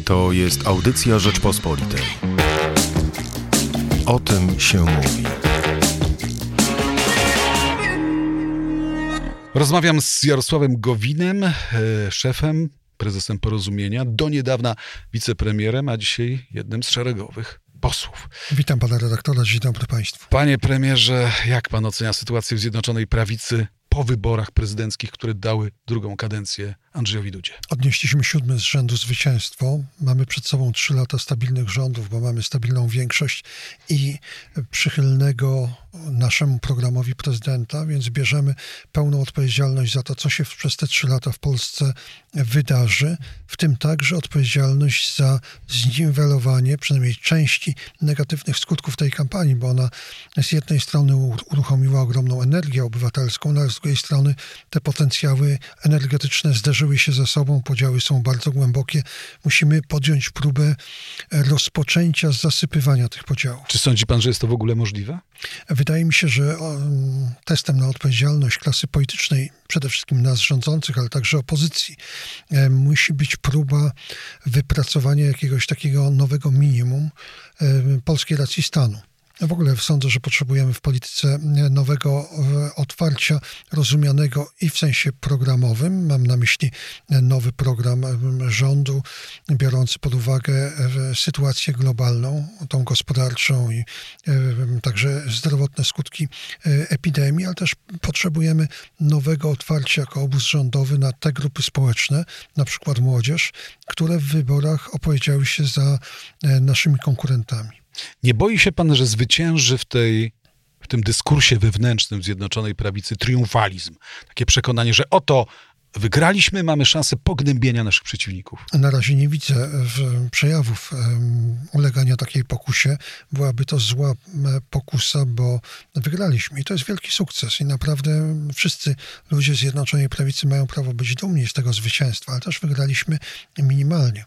To jest audycja Rzeczpospolitej. O tym się mówi. Rozmawiam z Jarosławem Gowinem, szefem, prezesem Porozumienia, do niedawna wicepremierem, a dzisiaj jednym z szeregowych posłów. Witam pana redaktora, dzień dobry państwu. Panie premierze, jak pan ocenia sytuację w Zjednoczonej Prawicy po wyborach prezydenckich, które dały drugą kadencję Andrzejowi Dudzie? Odnieśliśmy 7 z rzędu zwycięstwo. Mamy przed sobą 3 lata stabilnych rządów, bo mamy stabilną większość i przychylnego naszemu programowi prezydenta, więc bierzemy pełną odpowiedzialność za to, co się przez te 3 lata w Polsce wydarzy, w tym także odpowiedzialność za zniwelowanie przynajmniej części negatywnych skutków tej kampanii, bo ona z jednej strony uruchomiła ogromną energię obywatelską, ale z drugiej strony te potencjały energetyczne zderzyły się ze sobą, podziały są bardzo głębokie. Musimy podjąć próbę rozpoczęcia zasypywania tych podziałów. Czy sądzi pan, że jest to w ogóle możliwe? Wydaje mi się, że testem na odpowiedzialność klasy politycznej, przede wszystkim nas rządzących, ale także opozycji, musi być próba wypracowania jakiegoś takiego nowego minimum polskiej racji stanu. W ogóle sądzę, że potrzebujemy w polityce nowego otwarcia, rozumianego i w sensie programowym. Mam na myśli nowy program rządu, biorący pod uwagę sytuację globalną, tą gospodarczą i także zdrowotne skutki epidemii, ale też potrzebujemy nowego otwarcia jako obóz rządowy na te grupy społeczne, na przykład młodzież, które w wyborach opowiedziały się za naszymi konkurentami. Nie boi się pan, że zwycięży w tym dyskursie wewnętrznym w Zjednoczonej Prawicy triumfalizm? Takie przekonanie, że oto wygraliśmy, mamy szansę pognębienia naszych przeciwników. Na razie nie widzę przejawów ulegania takiej pokusie. Byłaby to zła pokusa, bo wygraliśmy i to jest wielki sukces i naprawdę wszyscy ludzie Zjednoczonej Prawicy mają prawo być dumni z tego zwycięstwa, ale też wygraliśmy minimalnie.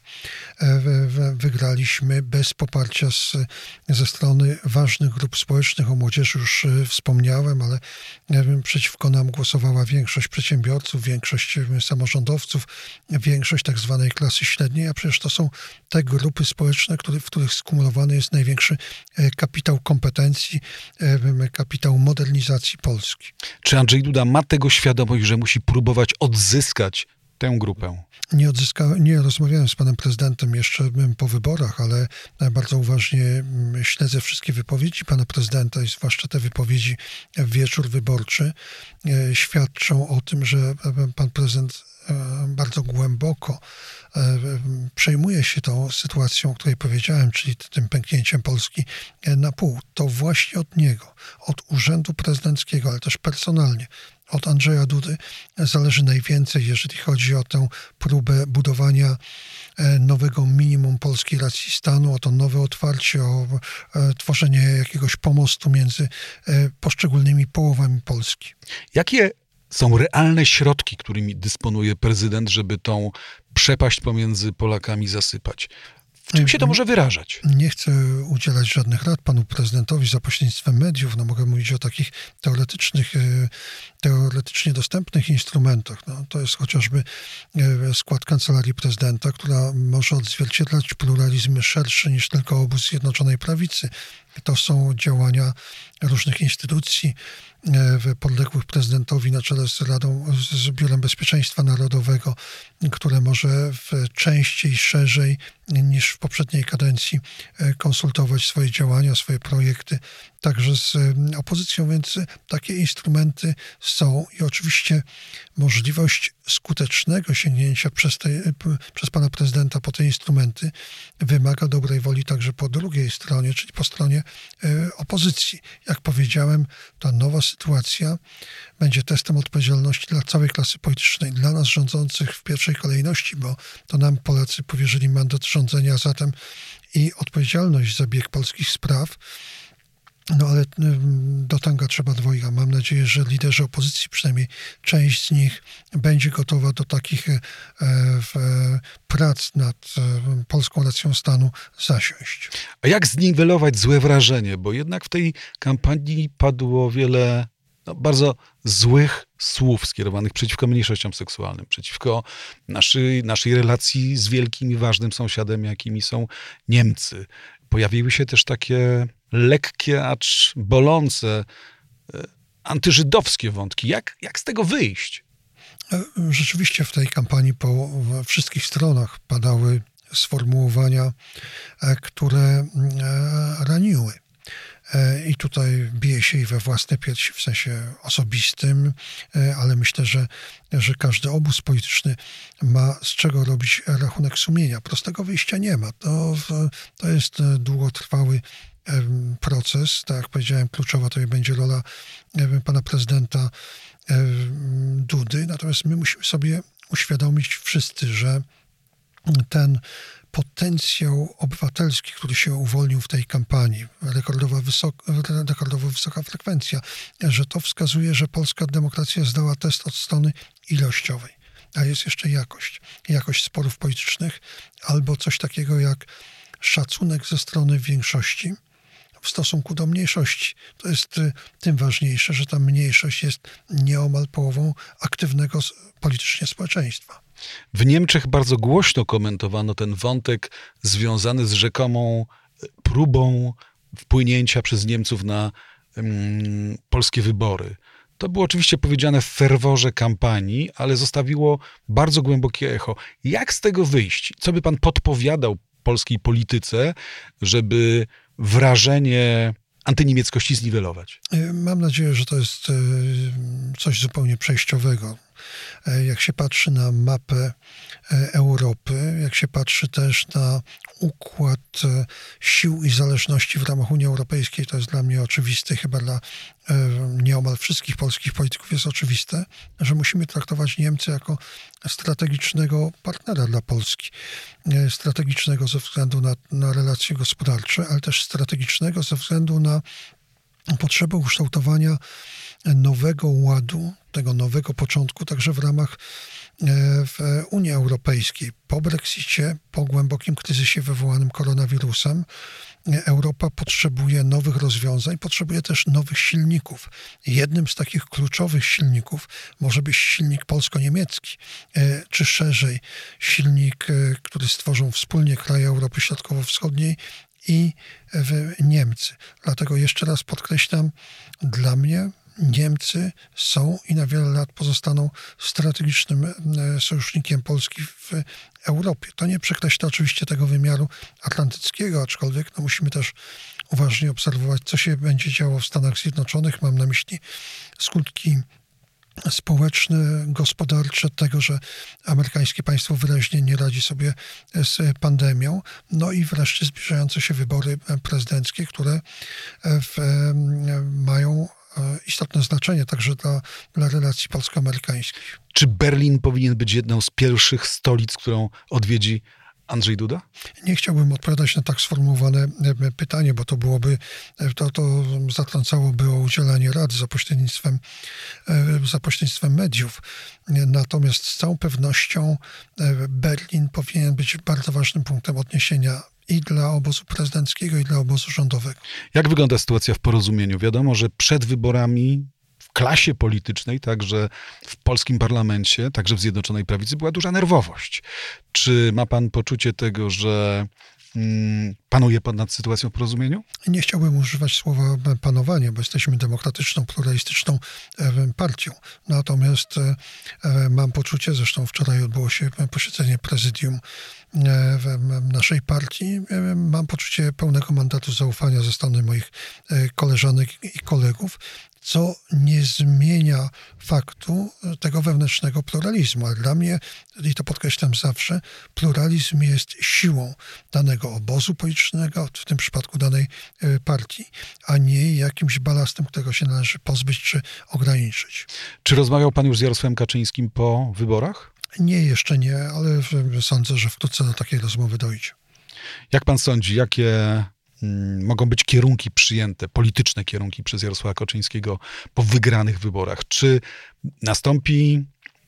Wygraliśmy bez poparcia ze strony ważnych grup społecznych. O młodzieży już wspomniałem, ale przeciwko nam głosowała większość przedsiębiorców, większość samorządowców, większość tak zwanej klasy średniej, a przecież to są te grupy społeczne, w których skumulowany jest największy kapitał kompetencji, kapitał modernizacji Polski. Czy Andrzej Duda ma tego świadomość, że musi próbować odzyskać tę grupę? Nie rozmawiałem z panem prezydentem jeszcze po wyborach, ale bardzo uważnie śledzę wszystkie wypowiedzi pana prezydenta i zwłaszcza te wypowiedzi w wieczór wyborczy świadczą o tym, że pan prezydent bardzo głęboko przejmuje się tą sytuacją, o której powiedziałem, czyli tym pęknięciem Polski na pół. To właśnie od niego, od urzędu prezydenckiego, ale też personalnie, od Andrzeja Dudy zależy najwięcej, jeżeli chodzi o tę próbę budowania nowego minimum polskiej racji stanu, o to nowe otwarcie, o tworzenie jakiegoś pomostu między poszczególnymi połowami Polski. Jakie są realne środki, którymi dysponuje prezydent, żeby tą przepaść pomiędzy Polakami zasypać? W czym się to może wyrażać? Nie chcę udzielać żadnych rad panu prezydentowi za pośrednictwem mediów. Mogę mówić o takich teoretycznie dostępnych instrumentach. To jest chociażby skład Kancelarii Prezydenta, która może odzwierciedlać pluralizm szerszy niż tylko obóz Zjednoczonej Prawicy. To są działania różnych instytucji podległych prezydentowi na czele z Biurem Bezpieczeństwa Narodowego, które może częściej, szerzej niż w poprzedniej kadencji konsultować swoje działania, swoje projekty, także z opozycją, więc takie instrumenty są i oczywiście możliwość skutecznego sięgnięcia przez pana prezydenta po te instrumenty wymaga dobrej woli także po drugiej stronie, czyli po stronie opozycji. Jak powiedziałem, ta nowa sytuacja będzie testem odpowiedzialności dla całej klasy politycznej, dla nas rządzących w pierwszej kolejności, bo to nam Polacy powierzyli mandat rządzenia, zatem i odpowiedzialność za bieg polskich spraw. Ale do tanga trzeba dwojga. Mam nadzieję, że liderzy opozycji, przynajmniej część z nich, będzie gotowa do takich prac nad polską racją stanu zasiąść. A jak zniwelować złe wrażenie? Bo jednak w tej kampanii padło wiele bardzo złych słów skierowanych przeciwko mniejszościom seksualnym, przeciwko naszej relacji z wielkim i ważnym sąsiadem, jakimi są Niemcy. Pojawiły się też takie lekkie, acz bolące, antyżydowskie wątki. Jak z tego wyjść? Rzeczywiście w tej kampanii po wszystkich stronach padały sformułowania, które raniły. I tutaj bije się i we własne piersi w sensie osobistym, ale myślę, że każdy obóz polityczny ma z czego robić rachunek sumienia. Prostego wyjścia nie ma. To jest długotrwały proces. Tak jak powiedziałem, kluczowa to będzie rola pana prezydenta Dudy. Natomiast my musimy sobie uświadomić wszyscy, że ten potencjał obywatelski, który się uwolnił w tej kampanii, rekordowo wysoka frekwencja, że to wskazuje, że polska demokracja zdała test od strony ilościowej. A jest jeszcze jakość sporów politycznych albo coś takiego jak szacunek ze strony większości w stosunku do mniejszości. To jest tym ważniejsze, że ta mniejszość jest nieomal połową aktywnego politycznie społeczeństwa. W Niemczech bardzo głośno komentowano ten wątek związany z rzekomą próbą wpłynięcia przez Niemców na polskie wybory. To było oczywiście powiedziane w ferworze kampanii, ale zostawiło bardzo głębokie echo. Jak z tego wyjść? Co by pan podpowiadał polskiej polityce, żeby wrażenie antyniemieckości zniwelować? Mam nadzieję, że to jest coś zupełnie przejściowego. Jak się patrzy na mapę Europy, jak się patrzy też na układ sił i zależności w ramach Unii Europejskiej, to jest dla mnie oczywiste, chyba dla nieomal wszystkich polskich polityków jest oczywiste, że musimy traktować Niemcy jako strategicznego partnera dla Polski. Strategicznego ze względu na relacje gospodarcze, ale też strategicznego ze względu na potrzebę ukształtowania nowego ładu, tego nowego początku, także w ramach w Unii Europejskiej. Po Brexicie, po głębokim kryzysie wywołanym koronawirusem, Europa potrzebuje nowych rozwiązań, potrzebuje też nowych silników. Jednym z takich kluczowych silników może być silnik polsko-niemiecki, czy szerzej silnik, który stworzą wspólnie kraje Europy Środkowo-Wschodniej i Niemcy. Dlatego jeszcze raz podkreślam, dla mnie Niemcy są i na wiele lat pozostaną strategicznym sojusznikiem Polski w Europie. To nie przekreśla oczywiście tego wymiaru atlantyckiego, aczkolwiek musimy też uważnie obserwować, co się będzie działo w Stanach Zjednoczonych. Mam na myśli skutki społeczne, gospodarcze tego, że amerykańskie państwo wyraźnie nie radzi sobie z pandemią. No i wreszcie zbliżające się wybory prezydenckie, które mają istotne znaczenie także dla relacji polsko-amerykańskich. Czy Berlin powinien być jedną z pierwszych stolic, którą odwiedzi Andrzej Duda? Nie chciałbym odpowiadać na tak sformułowane pytanie, bo to byłoby, to zatrącałoby o udzielanie rad za pośrednictwem mediów. Natomiast z całą pewnością Berlin powinien być bardzo ważnym punktem odniesienia i dla obozu prezydenckiego, i dla obozu rządowego. Jak wygląda sytuacja w Porozumieniu? Wiadomo, że przed wyborami w klasie politycznej, także w polskim parlamencie, także w Zjednoczonej Prawicy była duża nerwowość. Czy ma pan poczucie tego, że panuje pan nad sytuacją w Porozumieniu? Nie chciałbym używać słowa panowanie, bo jesteśmy demokratyczną, pluralistyczną partią. Natomiast mam poczucie, zresztą wczoraj odbyło się posiedzenie prezydium naszej partii, mam poczucie pełnego mandatu zaufania ze strony moich koleżanek i kolegów, co nie zmienia faktu tego wewnętrznego pluralizmu. Ale dla mnie, i to podkreślam zawsze, pluralizm jest siłą danego obozu politycznego, w tym przypadku danej partii, a nie jakimś balastem, którego się należy pozbyć czy ograniczyć. Czy rozmawiał pan już z Jarosławem Kaczyńskim po wyborach? Nie, jeszcze nie, ale sądzę, że wkrótce do takiej rozmowy dojdzie. Jak pan sądzi, jakie mogą być kierunki przyjęte, polityczne kierunki przez Jarosława Kaczyńskiego po wygranych wyborach? Czy nastąpi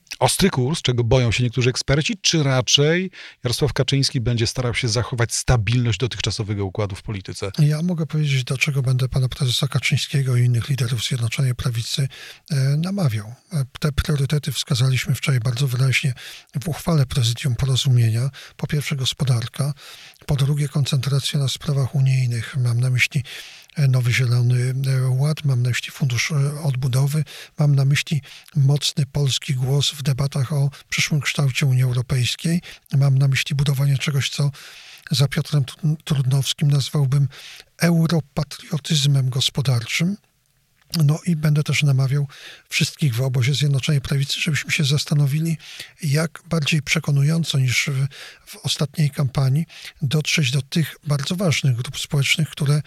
ostry kurs, czego boją się niektórzy eksperci, czy raczej Jarosław Kaczyński będzie starał się zachować stabilność dotychczasowego układu w polityce? Ja mogę powiedzieć, do czego będę pana prezesa Kaczyńskiego i innych liderów Zjednoczonej Prawicy namawiał. Te priorytety wskazaliśmy wczoraj bardzo wyraźnie w uchwale Prezydium Porozumienia. Po pierwsze gospodarka, po drugie koncentracja na sprawach unijnych. Mam na myśli Nowy Zielony Ład, mam na myśli Fundusz Odbudowy, mam na myśli mocny polski głos w debatach o przyszłym kształcie Unii Europejskiej, mam na myśli budowanie czegoś, co za Piotrem Trudnowskim nazwałbym europatriotyzmem gospodarczym. No i będę też namawiał wszystkich w obozie Zjednoczonej Prawicy, żebyśmy się zastanowili, jak bardziej przekonująco niż w ostatniej kampanii dotrzeć do tych bardzo ważnych grup społecznych, które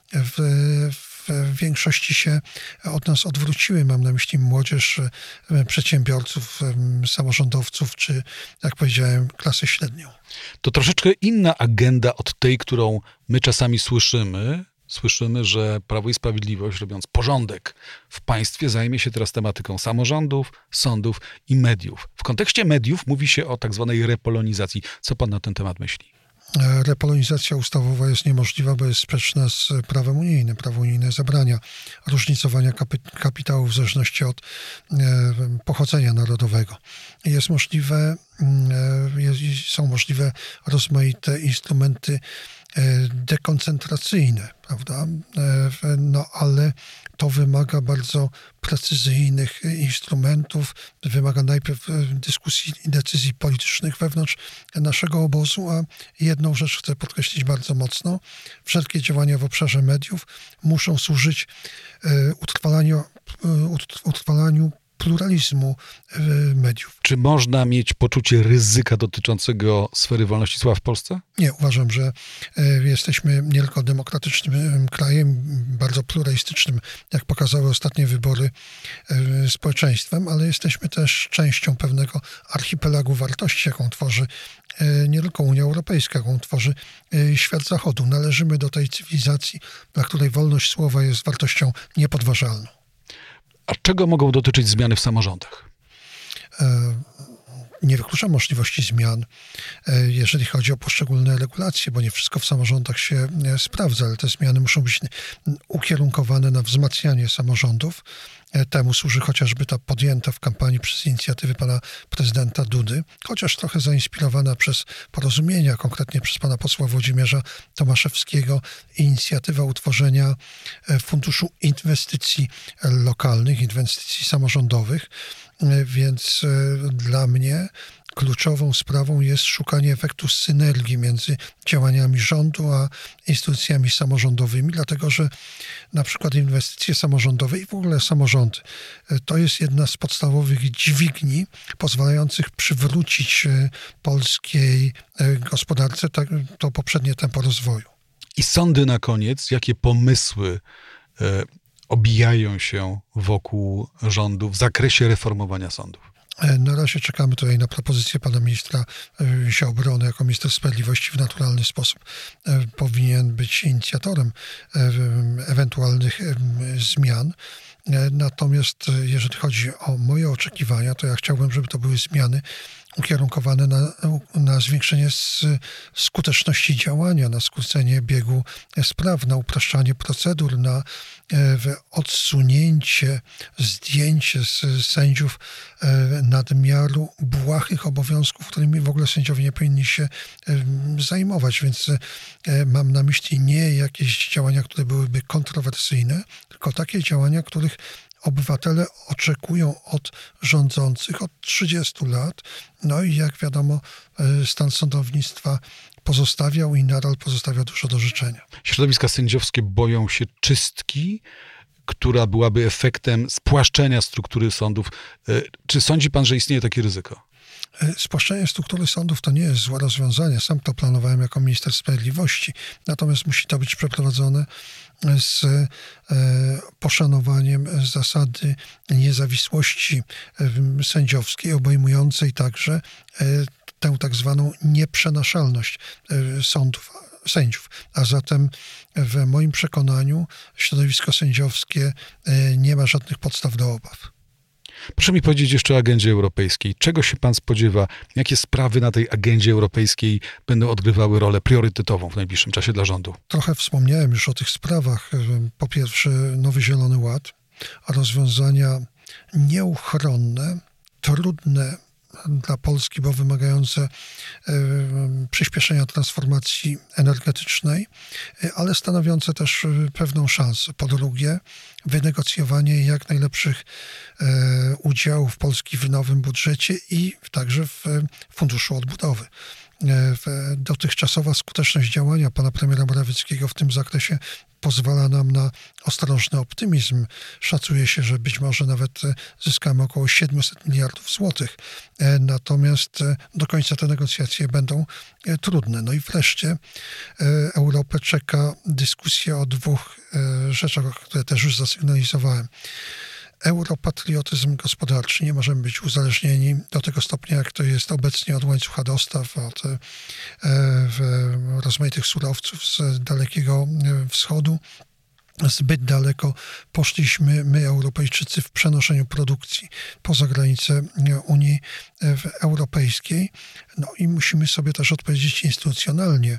w większości się od nas odwróciły. Mam na myśli młodzież, przedsiębiorców, samorządowców, czy jak powiedziałem, klasę średnią. To troszeczkę inna agenda od tej, którą my czasami słyszymy. Słyszymy, że Prawo i Sprawiedliwość, robiąc porządek w państwie, zajmie się teraz tematyką samorządów, sądów i mediów. W kontekście mediów mówi się o tak zwanej repolonizacji. Co pan na ten temat myśli? Repolonizacja ustawowa jest niemożliwa, bo jest sprzeczna z prawem unijnym. Prawo unijne zabrania różnicowania kapitału w zależności od pochodzenia narodowego. Są możliwe rozmaite instrumenty dekoncentracyjne, prawda? No ale to wymaga bardzo precyzyjnych instrumentów, wymaga najpierw dyskusji i decyzji politycznych wewnątrz naszego obozu, a jedną rzecz chcę podkreślić bardzo mocno. Wszelkie działania w obszarze mediów muszą służyć utrwalaniu pluralizmu mediów. Czy można mieć poczucie ryzyka dotyczącego sfery wolności słowa w Polsce? Nie, uważam, że jesteśmy nie tylko demokratycznym krajem, bardzo pluralistycznym, jak pokazały ostatnie wybory, społeczeństwem, ale jesteśmy też częścią pewnego archipelagu wartości, jaką tworzy nie tylko Unia Europejska, jaką tworzy świat Zachodu. Należymy do tej cywilizacji, dla której wolność słowa jest wartością niepodważalną. A czego mogą dotyczyć zmiany w samorządach? Nie wykluczam możliwości zmian, jeżeli chodzi o poszczególne regulacje, bo nie wszystko w samorządach się sprawdza, ale te zmiany muszą być ukierunkowane na wzmacnianie samorządów. Temu służy chociażby ta podjęta w kampanii przez inicjatywy pana prezydenta Dudy, chociaż trochę zainspirowana przez Porozumienia, konkretnie przez pana posła Włodzimierza Tomaszewskiego, inicjatywa utworzenia Funduszu Inwestycji Lokalnych, Inwestycji Samorządowych. Więc dla mnie kluczową sprawą jest szukanie efektu synergii między działaniami rządu a instytucjami samorządowymi, dlatego że na przykład inwestycje samorządowe i w ogóle samorządy to jest jedna z podstawowych dźwigni pozwalających przywrócić polskiej gospodarce to poprzednie tempo rozwoju. I sądy na koniec, jakie pomysły obijają się wokół rządu w zakresie reformowania sądów? Na razie czekamy tutaj na propozycję pana ministra Ziobry. On jako minister sprawiedliwości w naturalny sposób powinien być inicjatorem ewentualnych zmian. Natomiast jeżeli chodzi o moje oczekiwania, to ja chciałbym, żeby to były zmiany ukierunkowane na zwiększenie skuteczności działania, na skrócenie biegu spraw, na upraszczanie procedur, na odsunięcie, zdjęcie z sędziów nadmiaru błahych obowiązków, którymi w ogóle sędziowie nie powinni się zajmować. Więc mam na myśli nie jakieś działania, które byłyby kontrowersyjne, tylko takie działania, których obywatele oczekują od rządzących od 30 lat. No i jak wiadomo, stan sądownictwa pozostawiał i nadal pozostawia dużo do życzenia. Środowiska sędziowskie boją się czystki, która byłaby efektem spłaszczenia struktury sądów. Czy sądzi pan, że istnieje takie ryzyko? Spłaszczenie struktury sądów to nie jest złe rozwiązanie. Sam to planowałem jako minister sprawiedliwości. Natomiast musi to być przeprowadzone z poszanowaniem zasady niezawisłości sędziowskiej, obejmującej tę tak zwaną nieprzenaszalność sędziów. A zatem w moim przekonaniu środowisko sędziowskie nie ma żadnych podstaw do obaw. Proszę mi powiedzieć jeszcze o agendzie europejskiej. Czego się pan spodziewa? Jakie sprawy na tej agendzie europejskiej będą odgrywały rolę priorytetową w najbliższym czasie dla rządu? Trochę wspomniałem już o tych sprawach. Po pierwsze, Nowy Zielony Ład, a rozwiązania nieuchronne, trudne dla Polski, bo wymagające przyspieszenia transformacji energetycznej, ale stanowiące też pewną szansę. Po drugie, wynegocjowanie jak najlepszych udziałów Polski w nowym budżecie i także w Funduszu Odbudowy. Dotychczasowa skuteczność działania pana premiera Morawieckiego w tym zakresie pozwala nam na ostrożny optymizm. Szacuje się, że być może nawet zyskamy około 700 miliardów złotych. Natomiast do końca te negocjacje będą trudne. No i wreszcie Europę czeka dyskusja o dwóch rzeczach, które też już zasygnalizowałem. Europatriotyzm gospodarczy. Nie możemy być uzależnieni do tego stopnia, jak to jest obecnie od łańcucha dostaw, od rozmaitych surowców z Dalekiego Wschodu. Zbyt daleko poszliśmy my, Europejczycy, w przenoszeniu produkcji poza granice Unii Europejskiej. No i musimy sobie też odpowiedzieć instytucjonalnie,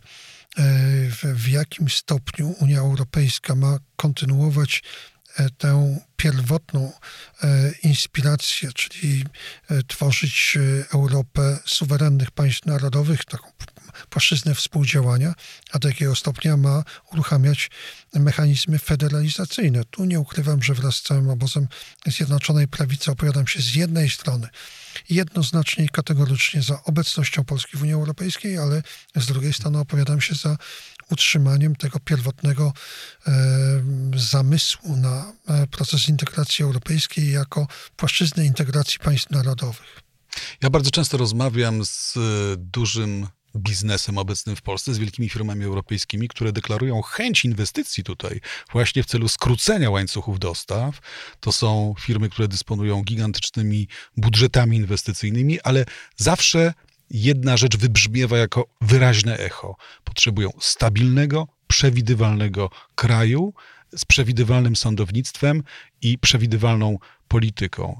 w jakim stopniu Unia Europejska ma kontynuować tę pierwotną inspirację, czyli tworzyć Europę suwerennych państw narodowych, taką płaszczyznę współdziałania, a do jakiego stopnia ma uruchamiać mechanizmy federalizacyjne. Tu nie ukrywam, że wraz z całym obozem Zjednoczonej Prawicy opowiadam się z jednej strony jednoznacznie i kategorycznie za obecnością Polski w Unii Europejskiej, ale z drugiej strony opowiadam się za utrzymaniem tego pierwotnego zamysłu na proces integracji europejskiej jako płaszczyzny integracji państw narodowych. Ja bardzo często rozmawiam z dużym biznesem obecnym w Polsce, z wielkimi firmami europejskimi, które deklarują chęć inwestycji tutaj właśnie w celu skrócenia łańcuchów dostaw. To są firmy, które dysponują gigantycznymi budżetami inwestycyjnymi, ale zawsze jedna rzecz wybrzmiewa jako wyraźne echo. Potrzebują stabilnego, przewidywalnego kraju z przewidywalnym sądownictwem i przewidywalną polityką.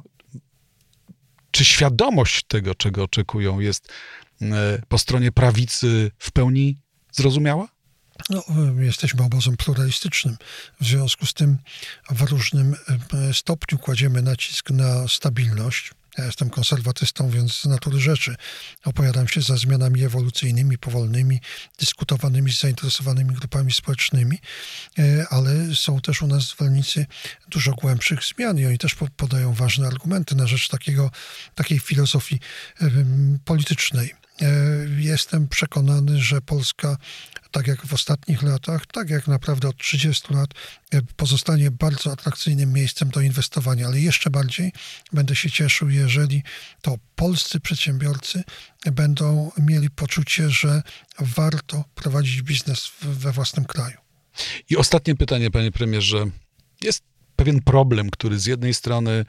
Czy świadomość tego, czego oczekują, jest po stronie prawicy w pełni zrozumiała? No, jesteśmy obozem pluralistycznym. W związku z tym w różnym stopniu kładziemy nacisk na stabilność. Ja jestem konserwatystą, więc z natury rzeczy opowiadam się za zmianami ewolucyjnymi, powolnymi, dyskutowanymi z zainteresowanymi grupami społecznymi, ale są też u nas zwolennicy dużo głębszych zmian i oni też podają ważne argumenty na rzecz takiej filozofii politycznej. Jestem przekonany, że Polska, tak jak w ostatnich latach, tak jak naprawdę od 30 lat, pozostanie bardzo atrakcyjnym miejscem do inwestowania, ale jeszcze bardziej będę się cieszył, jeżeli to polscy przedsiębiorcy będą mieli poczucie, że warto prowadzić biznes we własnym kraju. I ostatnie pytanie, panie premierze. Jest pewien problem, który z jednej strony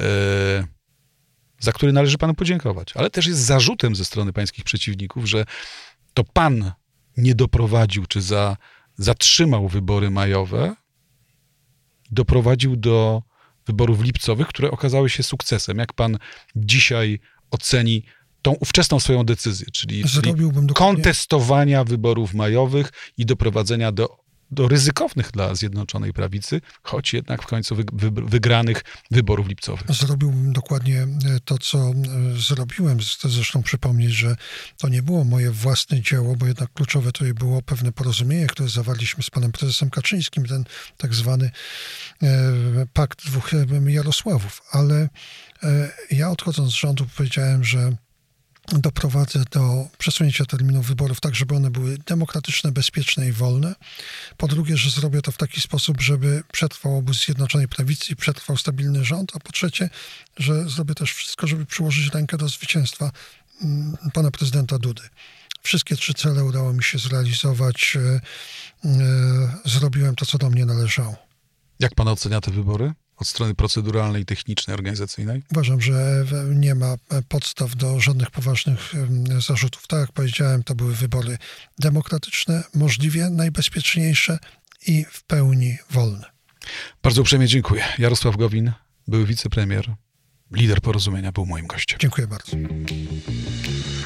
za który należy panu podziękować, ale też jest zarzutem ze strony pańskich przeciwników, że to pan nie doprowadził, czy zatrzymał wybory majowe, doprowadził do wyborów lipcowych, które okazały się sukcesem. Jak pan dzisiaj oceni tą ówczesną swoją decyzję, czyli kontestowania wyborów majowych i doprowadzenia do ryzykownych dla Zjednoczonej Prawicy, choć jednak w końcu wygranych wyborów lipcowych. Zrobiłbym dokładnie to, co zrobiłem. Chcę zresztą przypomnieć, że to nie było moje własne dzieło, bo jednak kluczowe to było pewne porozumienie, które zawarliśmy z panem prezesem Kaczyńskim, ten tak zwany pakt dwóch Jarosławów. Ale ja odchodząc z rządu powiedziałem, że doprowadzę do przesunięcia terminu wyborów tak, żeby one były demokratyczne, bezpieczne i wolne. Po drugie, że zrobię to w taki sposób, żeby przetrwał obóz Zjednoczonej Prawicy i przetrwał stabilny rząd. A po trzecie, że zrobię też wszystko, żeby przyłożyć rękę do zwycięstwa pana prezydenta Dudy. Wszystkie 3 cele udało mi się zrealizować. Zrobiłem to, co do mnie należało. Jak pan ocenia te wybory? Od strony proceduralnej, technicznej, organizacyjnej? Uważam, że nie ma podstaw do żadnych poważnych zarzutów. Tak jak powiedziałem, to były wybory demokratyczne, możliwie najbezpieczniejsze i w pełni wolne. Bardzo uprzejmie dziękuję. Jarosław Gowin, były wicepremier, lider Porozumienia, był moim gościem. Dziękuję bardzo.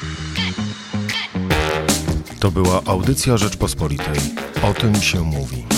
To była audycja Rzeczpospolitej. O tym się mówi.